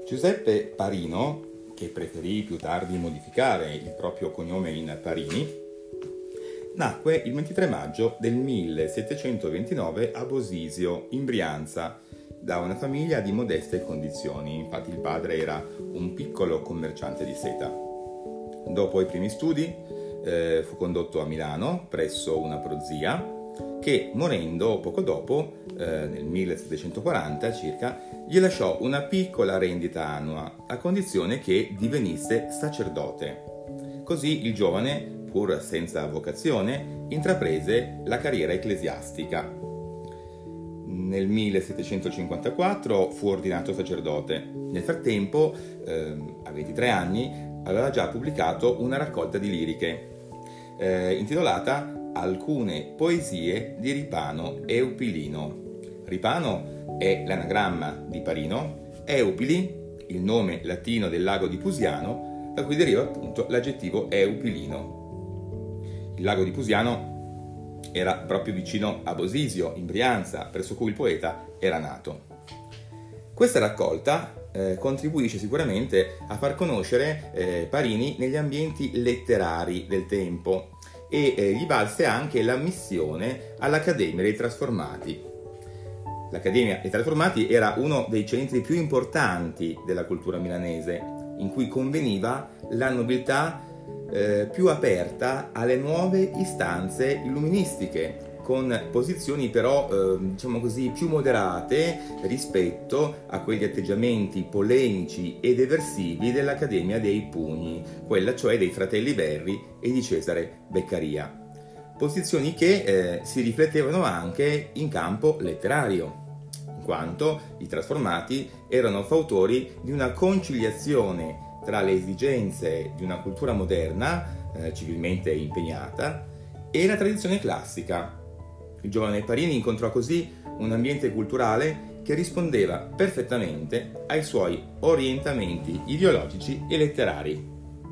Giuseppe Parino, che preferì più tardi modificare il proprio cognome in Parini, nacque il 23 maggio del 1729 a Bosisio, in Brianza, da una famiglia di modeste condizioni. Infatti il padre era un piccolo commerciante di seta. Dopo i primi studi fu condotto a Milano presso una prozia che, morendo poco dopo, nel 1740 circa, gli lasciò una piccola rendita annua, a condizione che divenisse sacerdote. Così il giovane, pur senza vocazione, intraprese la carriera ecclesiastica. Nel 1754 fu ordinato sacerdote. Nel frattempo, a 23 anni, aveva già pubblicato una raccolta di liriche intitolata Alcune poesie di Ripano Eupilino. Ripano è l'anagramma di Parino, Eupili, il nome latino del lago di Pusiano, da cui deriva appunto l'aggettivo eupilino. Il lago di Pusiano era proprio vicino a Bosisio, in Brianza, presso cui il poeta era nato. Questa raccolta contribuisce sicuramente a far conoscere Parini negli ambienti letterari del tempo e gli valse anche l'ammissione all'Accademia dei Trasformati. L'Accademia dei Trasformati era uno dei centri più importanti della cultura milanese, in cui conveniva la nobiltà più aperta alle nuove istanze illuministiche, con posizioni però, diciamo così, più moderate rispetto a quegli atteggiamenti polemici ed eversivi dell'Accademia dei Pugni, quella cioè dei fratelli Verri e di Cesare Beccaria. Posizioni che si riflettevano anche in campo letterario, in quanto i trasformati erano fautori di una conciliazione tra le esigenze di una cultura moderna, civilmente impegnata, e la tradizione classica. Il giovane Parini incontrò così un ambiente culturale che rispondeva perfettamente ai suoi orientamenti ideologici e letterari.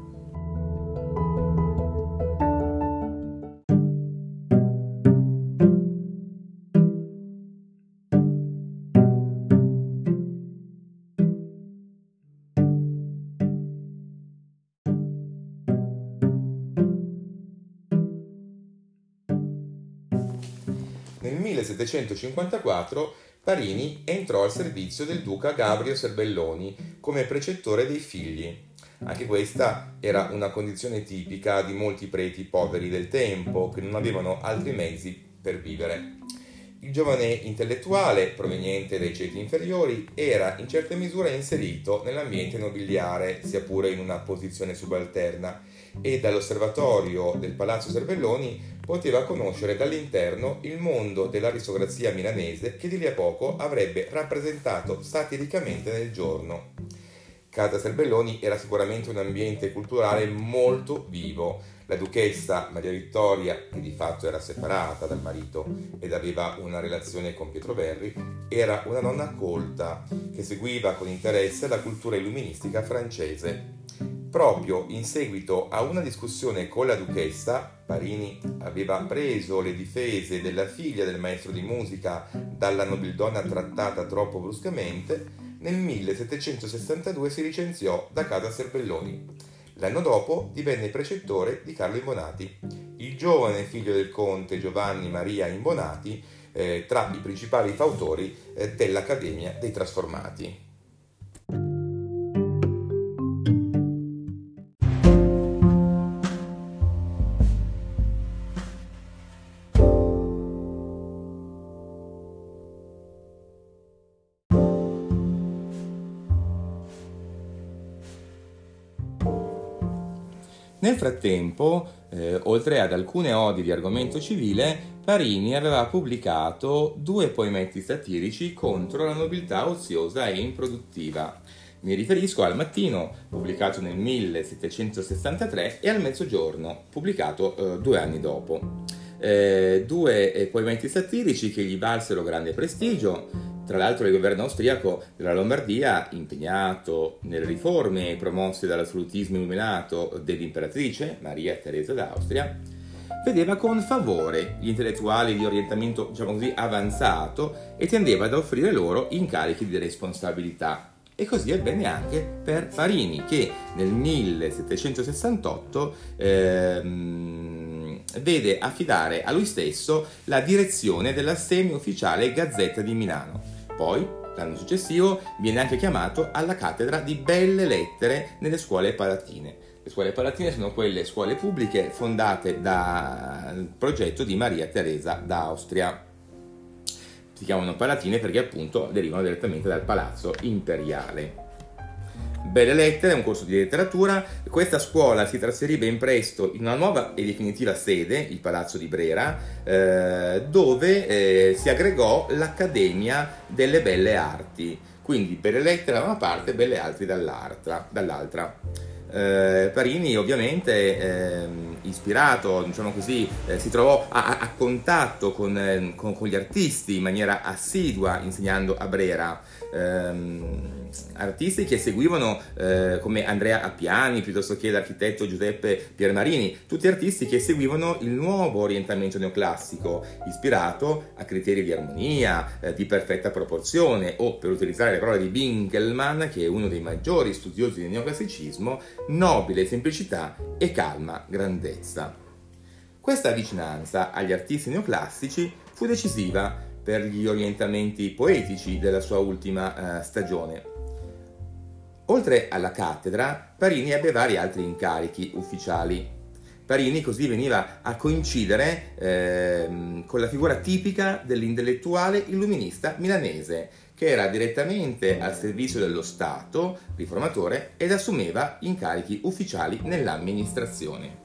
Nel 1754 Parini entrò al servizio del duca Gabrio Serbelloni come precettore dei figli. Anche questa era una condizione tipica di molti preti poveri del tempo che non avevano altri mezzi per vivere. Il giovane intellettuale, proveniente dai ceti inferiori, era in certa misura inserito nell'ambiente nobiliare, sia pure in una posizione subalterna, e dall'osservatorio del Palazzo Serbelloni poteva conoscere dall'interno il mondo dell'aristocrazia milanese che di lì a poco avrebbe rappresentato satiricamente nel giorno. Casa Serbelloni era sicuramente un ambiente culturale molto vivo. La duchessa Maria Vittoria, che di fatto era separata dal marito ed aveva una relazione con Pietro Verri, era una donna colta che seguiva con interesse la cultura illuministica francese. Proprio in seguito a una discussione con la duchessa, Parini aveva preso le difese della figlia del maestro di musica dalla nobildonna trattata troppo bruscamente. Nel 1762 si licenziò da Casa Serbelloni. L'anno dopo divenne precettore di Carlo Imbonati, il giovane figlio del conte Giovanni Maria Imbonati, tra i principali fautori dell'Accademia dei Trasformati. Nel frattempo, oltre ad alcune odi di argomento civile, Parini aveva pubblicato 2 poemetti satirici contro la nobiltà oziosa e improduttiva. Mi riferisco al Mattino, pubblicato nel 1763, e al Mezzogiorno, pubblicato 2 anni dopo. 2 poemetti satirici che gli valsero grande prestigio. Tra l'altro il governo austriaco della Lombardia, impegnato nelle riforme promosse dall'assolutismo illuminato dell'imperatrice Maria Teresa d'Austria, vedeva con favore gli intellettuali di orientamento, diciamo così, avanzato e tendeva ad offrire loro incarichi di responsabilità. E così avvenne anche per Parini, che nel 1768 vede affidare a lui stesso la direzione della semi-ufficiale Gazzetta di Milano. Poi, l'anno successivo, viene anche chiamato alla cattedra di Belle Lettere nelle scuole palatine. Le scuole palatine sono quelle scuole pubbliche fondate dal progetto di Maria Teresa d'Austria. Si chiamano palatine perché appunto derivano direttamente dal palazzo imperiale. Belle Lettere è un corso di letteratura. Questa scuola si trasferì ben presto in una nuova e definitiva sede, il Palazzo di Brera, dove si aggregò l'Accademia delle Belle Arti. Quindi Belle Lettere da una parte e Belle Arti dall'altra. Parini ovviamente ispirato, diciamo così, si trovò a contatto con gli artisti in maniera assidua insegnando a Brera, artisti che seguivano come Andrea Appiani piuttosto che l'architetto Giuseppe Piermarini, tutti artisti che seguivano il nuovo orientamento neoclassico ispirato a criteri di armonia, di perfetta proporzione o, per utilizzare le parole di Winkelmann, che è uno dei maggiori studiosi del neoclassicismo, nobile semplicità e calma grandezza. Questa vicinanza agli artisti neoclassici fu decisiva per gli orientamenti poetici della sua ultima stagione. Oltre alla cattedra, Parini ebbe vari altri incarichi ufficiali. Parini così veniva a coincidere con la figura tipica dell'intellettuale illuminista milanese, che era direttamente al servizio dello Stato riformatore ed assumeva incarichi ufficiali nell'amministrazione.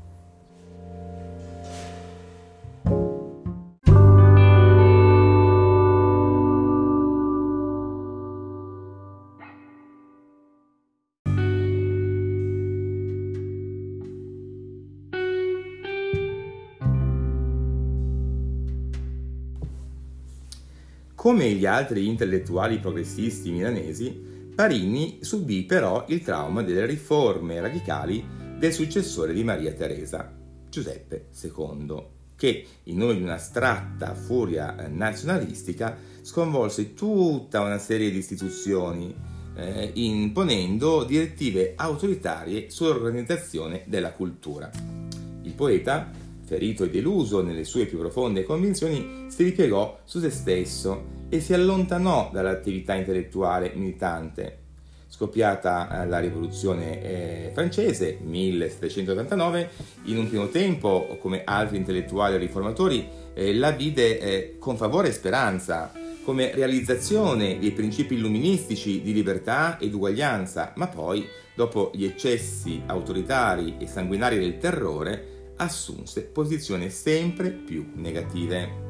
Come gli altri intellettuali progressisti milanesi, Parini subì però il trauma delle riforme radicali del successore di Maria Teresa, Giuseppe II, che, in nome di un'astratta furia nazionalistica, sconvolse tutta una serie di istituzioni, imponendo direttive autoritarie sull'organizzazione della cultura. Il poeta, ferito e deluso nelle sue più profonde convinzioni, si ripiegò su se stesso e si allontanò dall'attività intellettuale militante. Scoppiata la rivoluzione francese, 1789, in un primo tempo, come altri intellettuali riformatori, la vide con favore e speranza, come realizzazione dei principi illuministici di libertà ed uguaglianza, ma poi, dopo gli eccessi autoritari e sanguinari del terrore, assunse posizioni sempre più negative.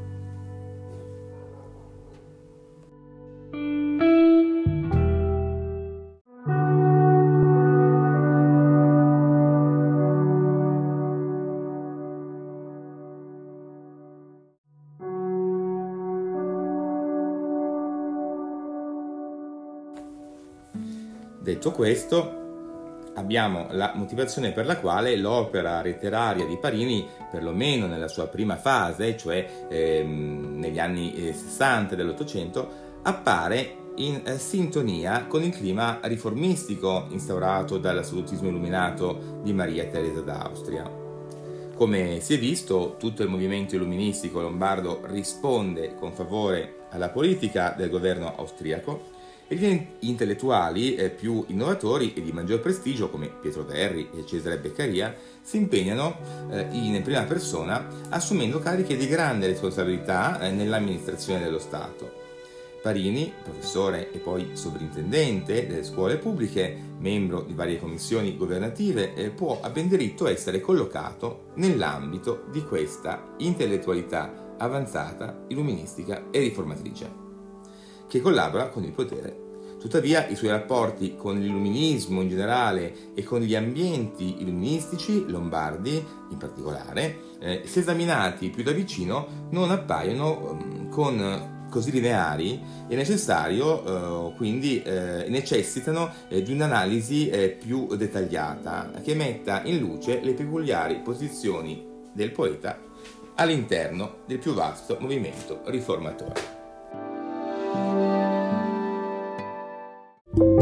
Detto questo, abbiamo la motivazione per la quale l'opera letteraria di Parini, perlomeno nella sua prima fase, cioè negli anni 60 dell'Ottocento, appare in sintonia con il clima riformistico instaurato dall'assolutismo illuminato di Maria Teresa d'Austria. Come si è visto, tutto il movimento illuministico lombardo risponde con favore alla politica del governo austriaco, e gli intellettuali più innovatori e di maggior prestigio, come Pietro Verri e Cesare Beccaria, si impegnano in prima persona, assumendo cariche di grande responsabilità nell'amministrazione dello Stato. Parini, professore e poi sovrintendente delle scuole pubbliche, membro di varie commissioni governative, può a ben diritto essere collocato nell'ambito di questa intellettualità avanzata, illuministica e riformatrice, che collabora con il potere. Tuttavia, i suoi rapporti con l'illuminismo in generale e con gli ambienti illuministici lombardi, in particolare, se esaminati più da vicino, non appaiono così lineari e quindi necessitano di un'analisi più dettagliata che metta in luce le peculiari posizioni del poeta all'interno del più vasto movimento riformatore.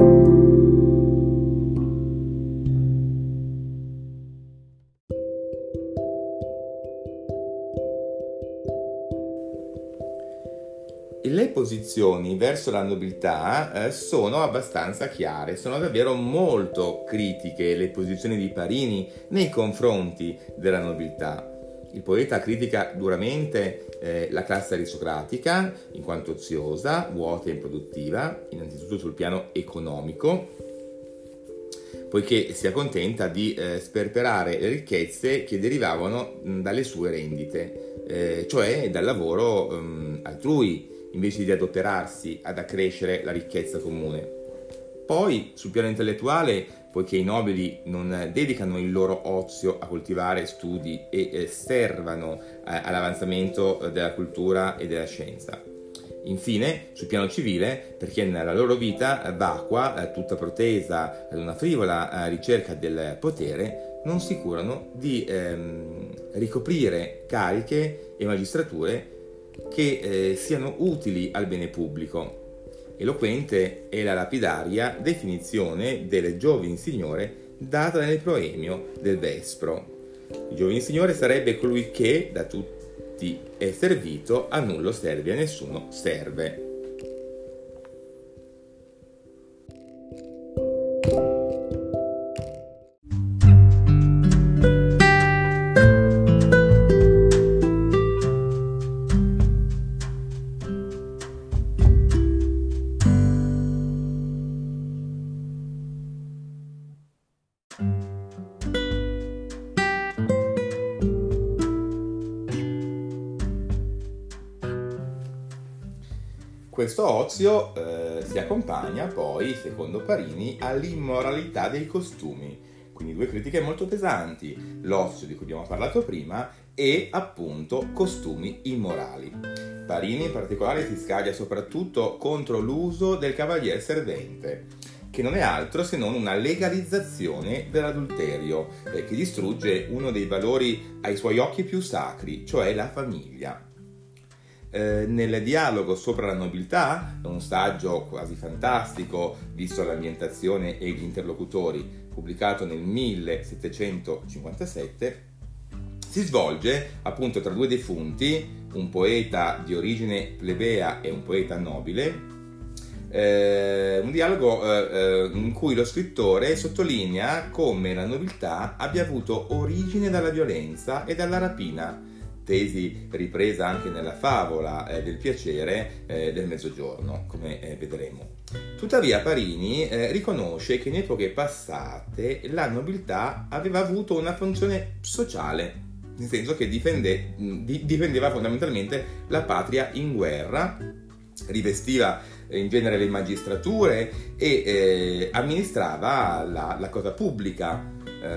Le posizioni verso la nobiltà sono abbastanza chiare, sono davvero molto critiche le posizioni di Parini nei confronti della nobiltà. Il poeta critica duramente la classe aristocratica in quanto oziosa, vuota e improduttiva, innanzitutto sul piano economico, poiché si accontenta di sperperare le ricchezze che derivavano dalle sue rendite, cioè dal lavoro altrui, invece di adoperarsi ad accrescere la ricchezza comune. Poi, sul piano intellettuale, poiché i nobili non dedicano il loro ozio a coltivare studi e servano all'avanzamento della cultura e della scienza. Infine, sul piano civile, perché nella loro vita vacua, tutta protesa ad una frivola ricerca del potere, non si curano di ricoprire cariche e magistrature che siano utili al bene pubblico. Eloquente è la lapidaria definizione del giovin signore data nel proemio del Vespro. Il giovin signore sarebbe colui che da tutti è servito, a nullo serve, a nessuno serve. Questo ozio si accompagna poi, secondo Parini, all'immoralità dei costumi. Quindi due critiche molto pesanti, l'ozio di cui abbiamo parlato prima e appunto costumi immorali. Parini in particolare si scaglia soprattutto contro l'uso del cavalier servente, che non è altro se non una legalizzazione dell'adulterio, che distrugge uno dei valori ai suoi occhi più sacri, cioè la famiglia. Nel dialogo sopra la nobiltà, un saggio quasi fantastico visto l'ambientazione e gli interlocutori, pubblicato nel 1757, si svolge appunto tra due defunti, un poeta di origine plebea e un poeta nobile, un dialogo in cui lo scrittore sottolinea come la nobiltà abbia avuto origine dalla violenza e dalla rapina, tesi ripresa anche nella favola del piacere del mezzogiorno, come vedremo. Tuttavia Parini riconosce che in epoche passate la nobiltà aveva avuto una funzione sociale, nel senso che difendeva fondamentalmente la patria in guerra, rivestiva in genere le magistrature e amministrava la cosa pubblica.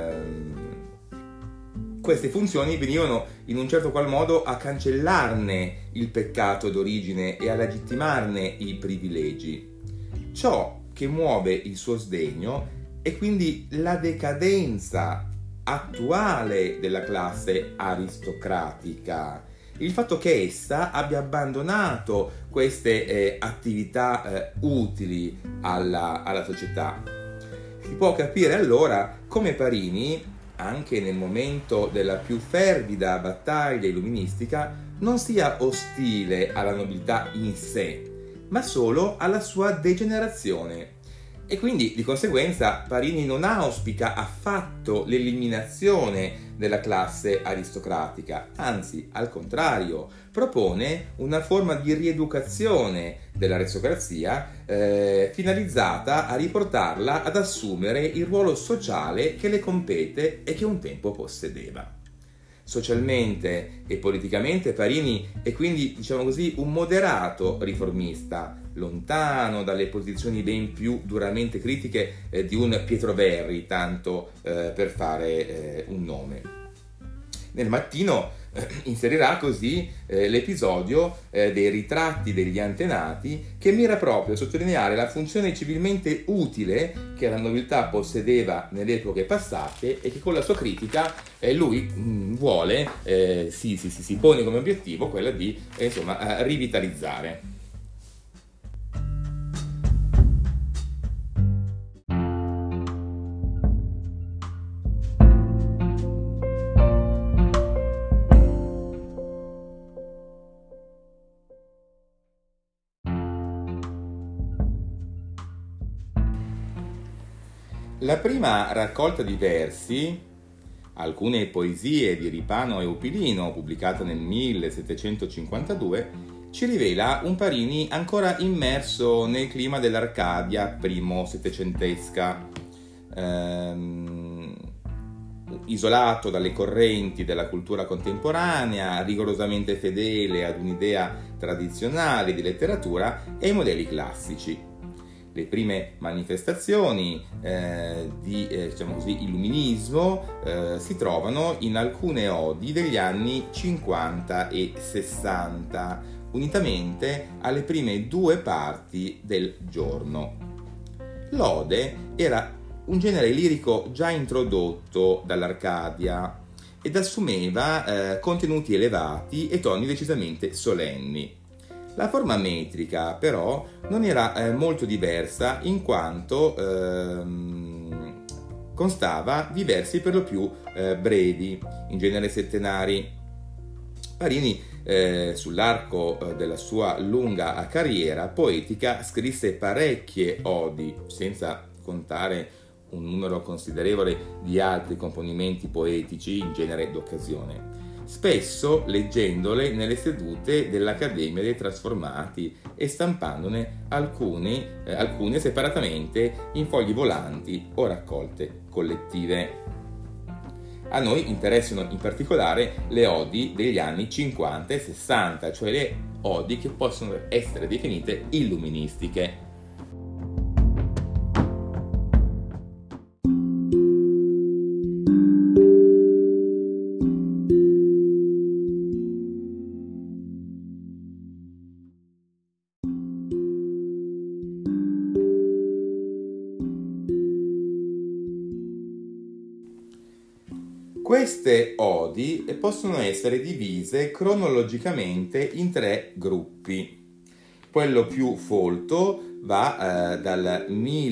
Queste funzioni venivano in un certo qual modo a cancellarne il peccato d'origine e a legittimarne i privilegi. Ciò che muove il suo sdegno è quindi la decadenza attuale della classe aristocratica, il fatto che essa abbia abbandonato queste attività utili alla società. Si può capire allora come Parini, anche nel momento della più fervida battaglia illuministica, non sia ostile alla nobiltà in sé, ma solo alla sua degenerazione. E quindi, di conseguenza, Parini non auspica affatto l'eliminazione della classe aristocratica, anzi, al contrario, propone una forma di rieducazione dell'aristocrazia finalizzata a riportarla ad assumere il ruolo sociale che le compete e che un tempo possedeva. Socialmente e politicamente Parini è quindi, diciamo così, un moderato riformista, lontano dalle posizioni ben più duramente critiche di un Pietro Verri, tanto per fare un nome. Nel mattino inserirà così l'episodio dei ritratti degli antenati, che mira proprio a sottolineare la funzione civilmente utile che la nobiltà possedeva nelle epoche passate e che con la sua critica lui vuole, si pone come obiettivo quella di rivitalizzare. La prima raccolta di versi, alcune poesie di Ripano e Upilino, pubblicata nel 1752, ci rivela un Parini ancora immerso nel clima dell'Arcadia primo settecentesca, isolato dalle correnti della cultura contemporanea, rigorosamente fedele ad un'idea tradizionale di letteratura e ai modelli classici. Le prime manifestazioni di diciamo così, illuminismo si trovano in alcune odi degli anni 50 e 60, unitamente alle prime due parti del Giorno. L'ode era un genere lirico già introdotto dall'Arcadia ed assumeva contenuti elevati e toni decisamente solenni. La forma metrica però non era molto diversa, in quanto constava di versi per lo più brevi, in genere settenari. Parini, sull'arco della sua lunga carriera poetica, scrisse parecchie odi, senza contare un numero considerevole di altri componimenti poetici, in genere d'occasione, spesso leggendole nelle sedute dell'Accademia dei Trasformati e stampandone alcune separatamente in fogli volanti o raccolte collettive. A noi interessano in particolare le odi degli anni 50 e 60, cioè le odi che possono essere definite illuministiche. Queste odi possono essere divise cronologicamente in tre gruppi. Quello più folto va dal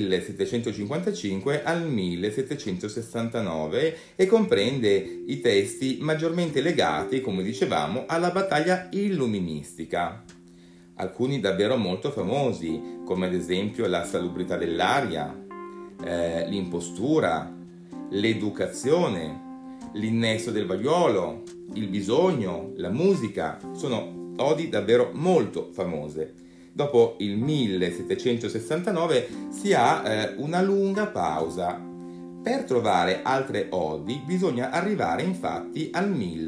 1755 al 1769 e comprende i testi maggiormente legati, come dicevamo, alla battaglia illuministica. Alcuni davvero molto famosi, come ad esempio La salubrità dell'aria, L'impostura, L'educazione, L'innesto del vaiolo, Il bisogno, La musica, sono odi davvero molto famose. Dopo il 1769 si ha una lunga pausa. Per trovare altre odi bisogna arrivare infatti al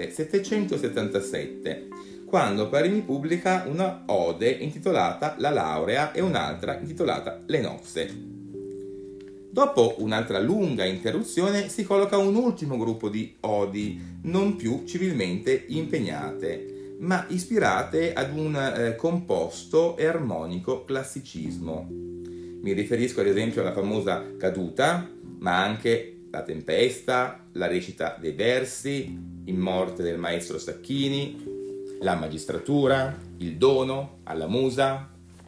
1777, quando Parini pubblica una ode intitolata La laurea e un'altra intitolata Le nozze. Dopo un'altra lunga interruzione si colloca un ultimo gruppo di odi, non più civilmente impegnate, ma ispirate ad un composto e armonico classicismo. Mi riferisco ad esempio alla famosa Caduta, ma anche La tempesta, La recita dei versi, In morte del maestro Sacchini, La magistratura, Il dono, Alla musa.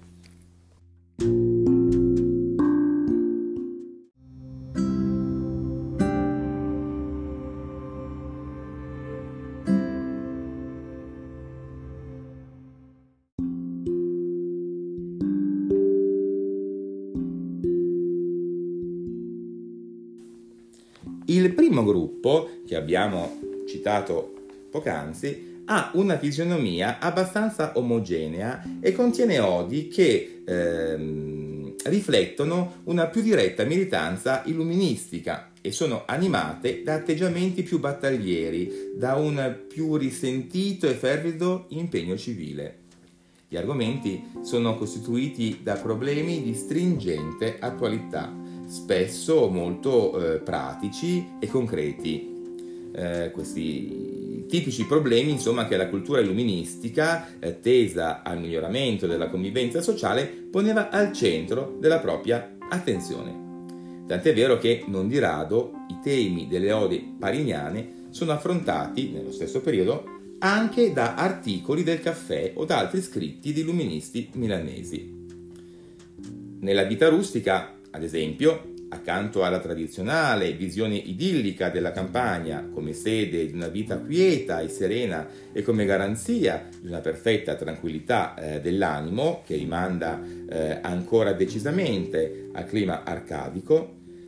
Il primo gruppo, che abbiamo citato poc'anzi, ha una fisionomia abbastanza omogenea e contiene odi che riflettono una più diretta militanza illuministica e sono animate da atteggiamenti più battaglieri, da un più risentito e fervido impegno civile. Gli argomenti sono costituiti da problemi di stringente attualità, spesso molto pratici e concreti. Questi tipici problemi, insomma, che la cultura illuministica, tesa al miglioramento della convivenza sociale, poneva al centro della propria attenzione. Tant'è vero che, non di rado, i temi delle odi pariniane sono affrontati, nello stesso periodo, anche da articoli del Caffè o da altri scritti di illuministi milanesi. Nella vita rustica, ad esempio, accanto alla tradizionale visione idillica della campagna come sede di una vita quieta e serena e come garanzia di una perfetta tranquillità dell'animo, che rimanda ancora decisamente al clima arcadico,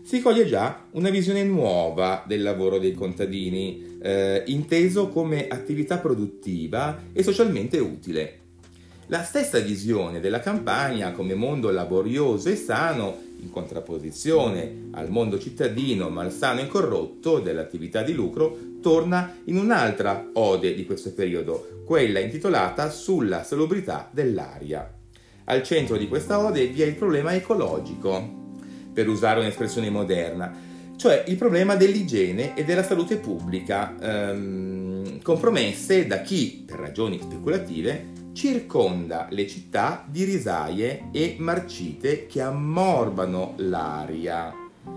si coglie già una visione nuova del lavoro dei contadini, inteso come attività produttiva e socialmente utile. La stessa visione della campagna come mondo laborioso e sano, in contrapposizione al mondo cittadino malsano e corrotto dell'attività di lucro, torna in un'altra ode di questo periodo, quella intitolata Sulla salubrità dell'aria. Al centro di questa ode vi è il problema ecologico, per usare un'espressione moderna, cioè il problema dell'igiene e della salute pubblica, compromesse da chi, per ragioni speculative, circonda le città di risaie e marcite che ammorbano l'aria.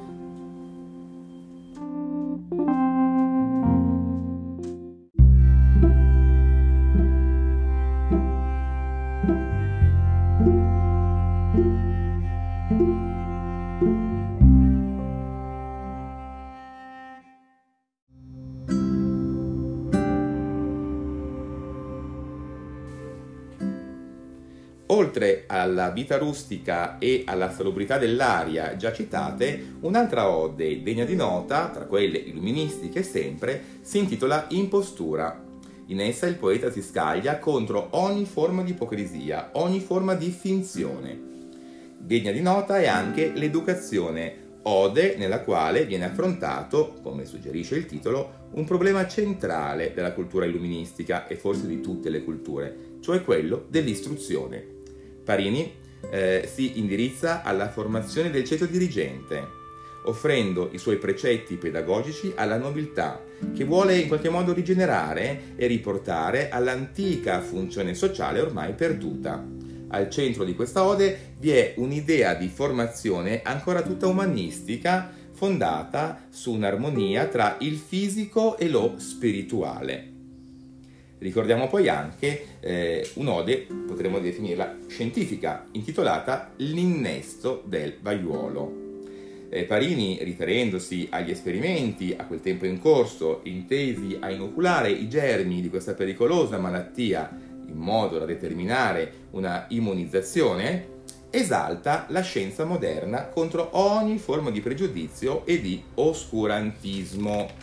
Oltre alla vita rustica e alla salubrità dell'aria già citate, un'altra ode degna di nota, tra quelle illuministiche sempre, si intitola Impostura. In essa il poeta si scaglia contro ogni forma di ipocrisia, ogni forma di finzione. Degna di nota è anche l'educazione, ode nella quale viene affrontato, come suggerisce il titolo, un problema centrale della cultura illuministica e forse di tutte le culture, cioè quello dell'istruzione. Parini si indirizza alla formazione del ceto dirigente, offrendo i suoi precetti pedagogici alla nobiltà, che vuole in qualche modo rigenerare e riportare all'antica funzione sociale ormai perduta. Al centro di questa ode vi è un'idea di formazione ancora tutta umanistica, fondata su un'armonia tra il fisico e lo spirituale. Ricordiamo poi anche un'ode, potremmo definirla scientifica, intitolata L'innesto del vaiuolo. Parini, riferendosi agli esperimenti a quel tempo in corso, intesi a inoculare i germi di questa pericolosa malattia in modo da determinare una immunizzazione, esalta la scienza moderna contro ogni forma di pregiudizio e di oscurantismo.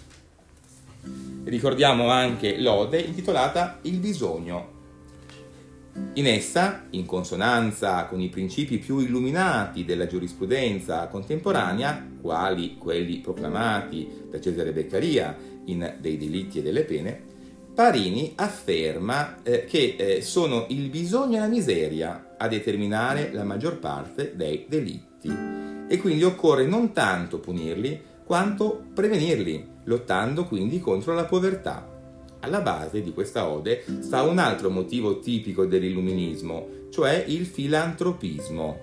Ricordiamo anche l'ode intitolata Il bisogno. In essa, in consonanza con i principi più illuminati della giurisprudenza contemporanea, quali quelli proclamati da Cesare Beccaria in Dei delitti e delle pene, Parini afferma che sono il bisogno e la miseria a determinare la maggior parte dei delitti e quindi occorre non tanto punirli quanto prevenirli, lottando quindi contro la povertà. Alla base di questa ode sta un altro motivo tipico dell'illuminismo, cioè il filantropismo.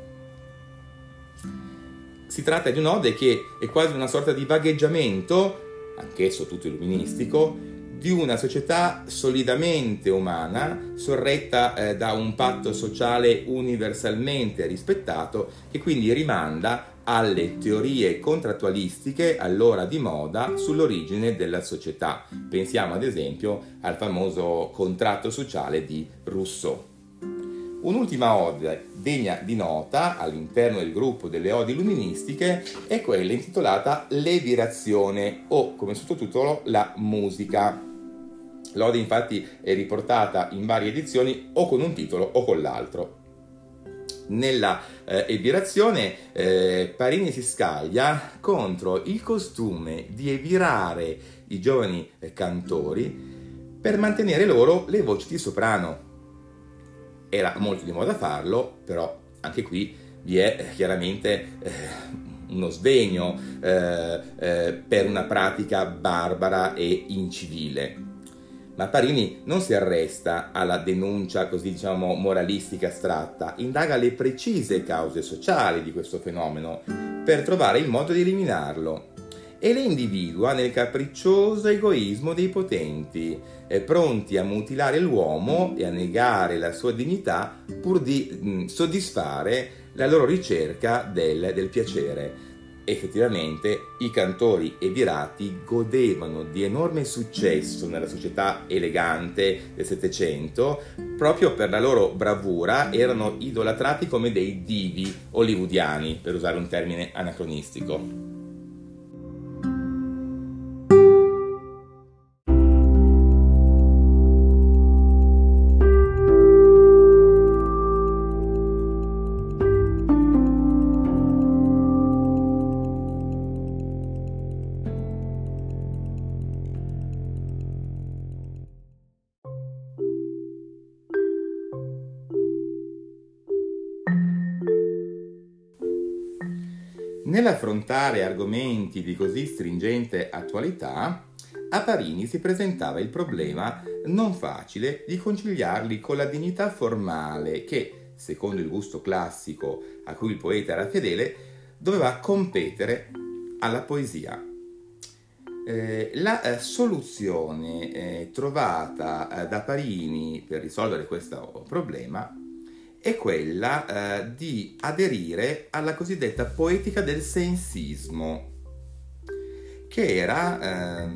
Si tratta di un'ode che è quasi una sorta di vagheggiamento, anch'esso tutto illuministico, di una società solidamente umana, sorretta da un patto sociale universalmente rispettato, che quindi rimanda alle teorie contrattualistiche allora di moda sull'origine della società. Pensiamo ad esempio al famoso contratto sociale di Rousseau. Un'ultima ode degna di nota all'interno del gruppo delle odi illuministiche è quella intitolata Levirazione o, come sottotitolo, la musica. L'ode infatti è riportata in varie edizioni o con un titolo o con l'altro. Nella evirazione Parini si scaglia contro il costume di evirare i giovani cantori per mantenere loro le voci di soprano. Era molto di moda farlo, però anche qui vi è chiaramente uno sdegno per una pratica barbara e incivile. Ma Parini non si arresta alla denuncia così moralistica astratta, indaga le precise cause sociali di questo fenomeno per trovare il modo di eliminarlo e le individua nel capriccioso egoismo dei potenti, pronti a mutilare l'uomo e a negare la sua dignità pur di soddisfare la loro ricerca del piacere. effettivamente i cantori e virati godevano di enorme successo nella società elegante del Settecento proprio per la loro bravura, erano idolatrati come dei divi hollywoodiani, per usare un termine anacronistico. Nell'affrontare argomenti di così stringente attualità, a Parini si presentava il problema non facile di conciliarli con la dignità formale che, secondo il gusto classico a cui il poeta era fedele, doveva competere alla poesia. La soluzione trovata da Parini per risolvere questo problema è quella di aderire alla cosiddetta poetica del sensismo, che era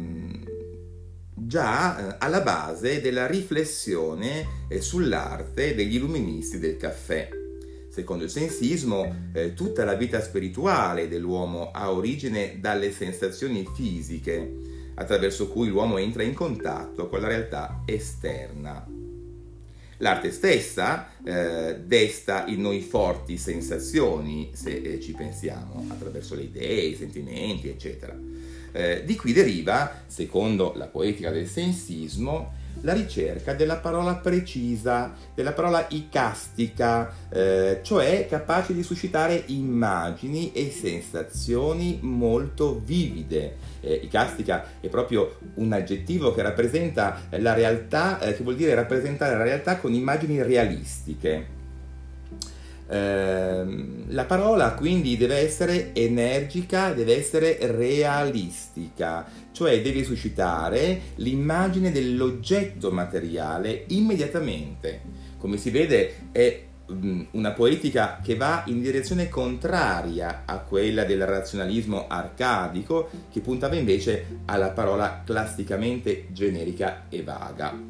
già alla base della riflessione sull'arte degli illuministi del caffè. Secondo il sensismo, tutta la vita spirituale dell'uomo ha origine dalle sensazioni fisiche, attraverso cui l'uomo entra in contatto con la realtà esterna. L'arte stessa desta in noi forti sensazioni, se ci pensiamo, attraverso le idee, i sentimenti, eccetera. Di qui deriva, secondo la poetica del sensismo, la ricerca della parola precisa, della parola icastica, cioè capace di suscitare immagini e sensazioni molto vivide. Icastica è proprio un aggettivo che rappresenta la realtà, che vuol dire rappresentare la realtà con immagini realistiche. La parola quindi deve essere energica, deve essere realistica, cioè deve suscitare l'immagine dell'oggetto materiale immediatamente. Come si vede è una poetica che va in direzione contraria a quella del razionalismo arcadico, che puntava invece alla parola classicamente generica e vaga.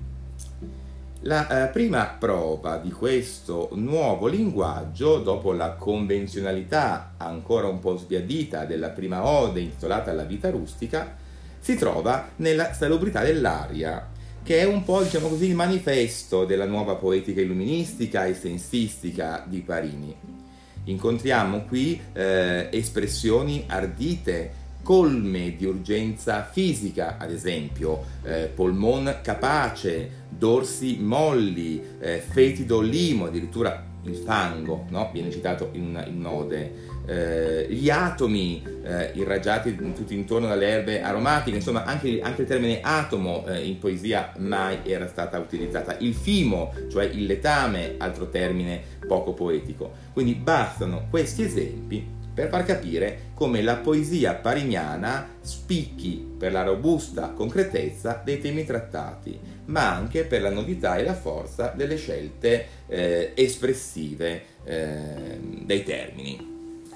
La prima prova di questo nuovo linguaggio, dopo la convenzionalità ancora un po' sbiadita della prima ode intitolata La vita rustica, si trova nella salubrità dell'aria, che è un po', diciamo così, il manifesto della nuova poetica illuministica e sensistica di Parini. Incontriamo qui espressioni ardite, colme di urgenza fisica, ad esempio polmon capace, dorsi molli, fetido limo, addirittura il fango, no? Viene citato in ode, gli atomi irraggiati tutti intorno dalle erbe aromatiche, insomma anche il termine atomo in poesia mai era stata utilizzata, il fimo, cioè il letame, altro termine poco poetico. Quindi bastano questi esempi per far capire come la poesia pariniana spicchi per la robusta concretezza dei temi trattati, ma anche per la novità e la forza delle scelte espressive dei termini.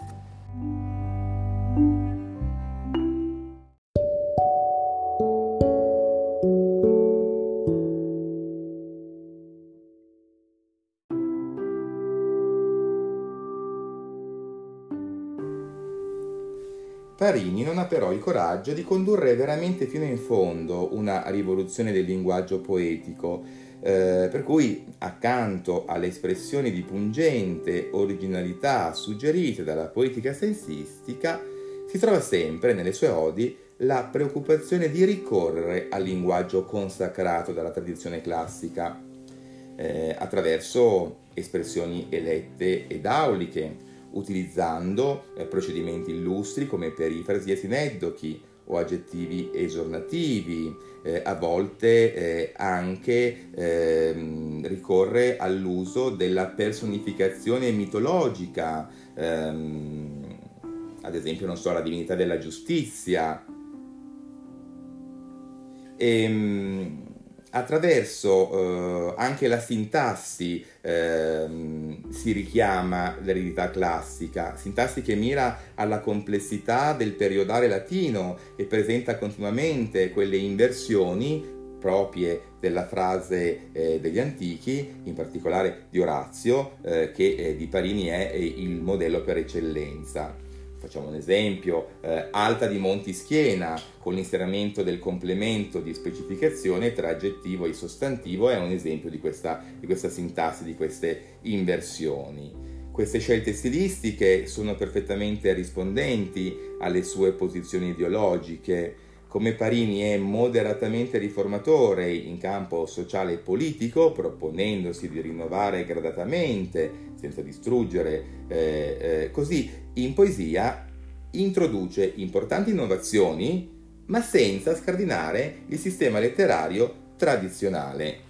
Parini non ha però il coraggio di condurre veramente fino in fondo una rivoluzione del linguaggio poetico, per cui accanto alle espressioni di pungente originalità suggerite dalla poetica sensistica, si trova sempre nelle sue odi la preoccupazione di ricorrere al linguaggio consacrato dalla tradizione classica, attraverso espressioni elette ed auliche, utilizzando procedimenti illustri come perifrasi e sineddochi o aggettivi esornativi, a volte anche ricorre all'uso della personificazione mitologica, ad esempio, non so, la divinità della giustizia. attraverso anche la sintassi si richiama l'eredità classica, sintassi che mira alla complessità del periodare latino e presenta continuamente quelle inversioni proprie della frase degli antichi, in particolare di Orazio, che di Parini è il modello per eccellenza. Facciamo un esempio, Alta di Montischiena, con l'inserimento del complemento di specificazione tra aggettivo e sostantivo, è un esempio di questa sintassi, di queste inversioni. Queste scelte stilistiche sono perfettamente rispondenti alle sue posizioni ideologiche. Come Parini è moderatamente riformatore in campo sociale e politico, proponendosi di rinnovare gradatamente, senza distruggere, così in poesia introduce importanti innovazioni, ma senza scardinare il sistema letterario tradizionale.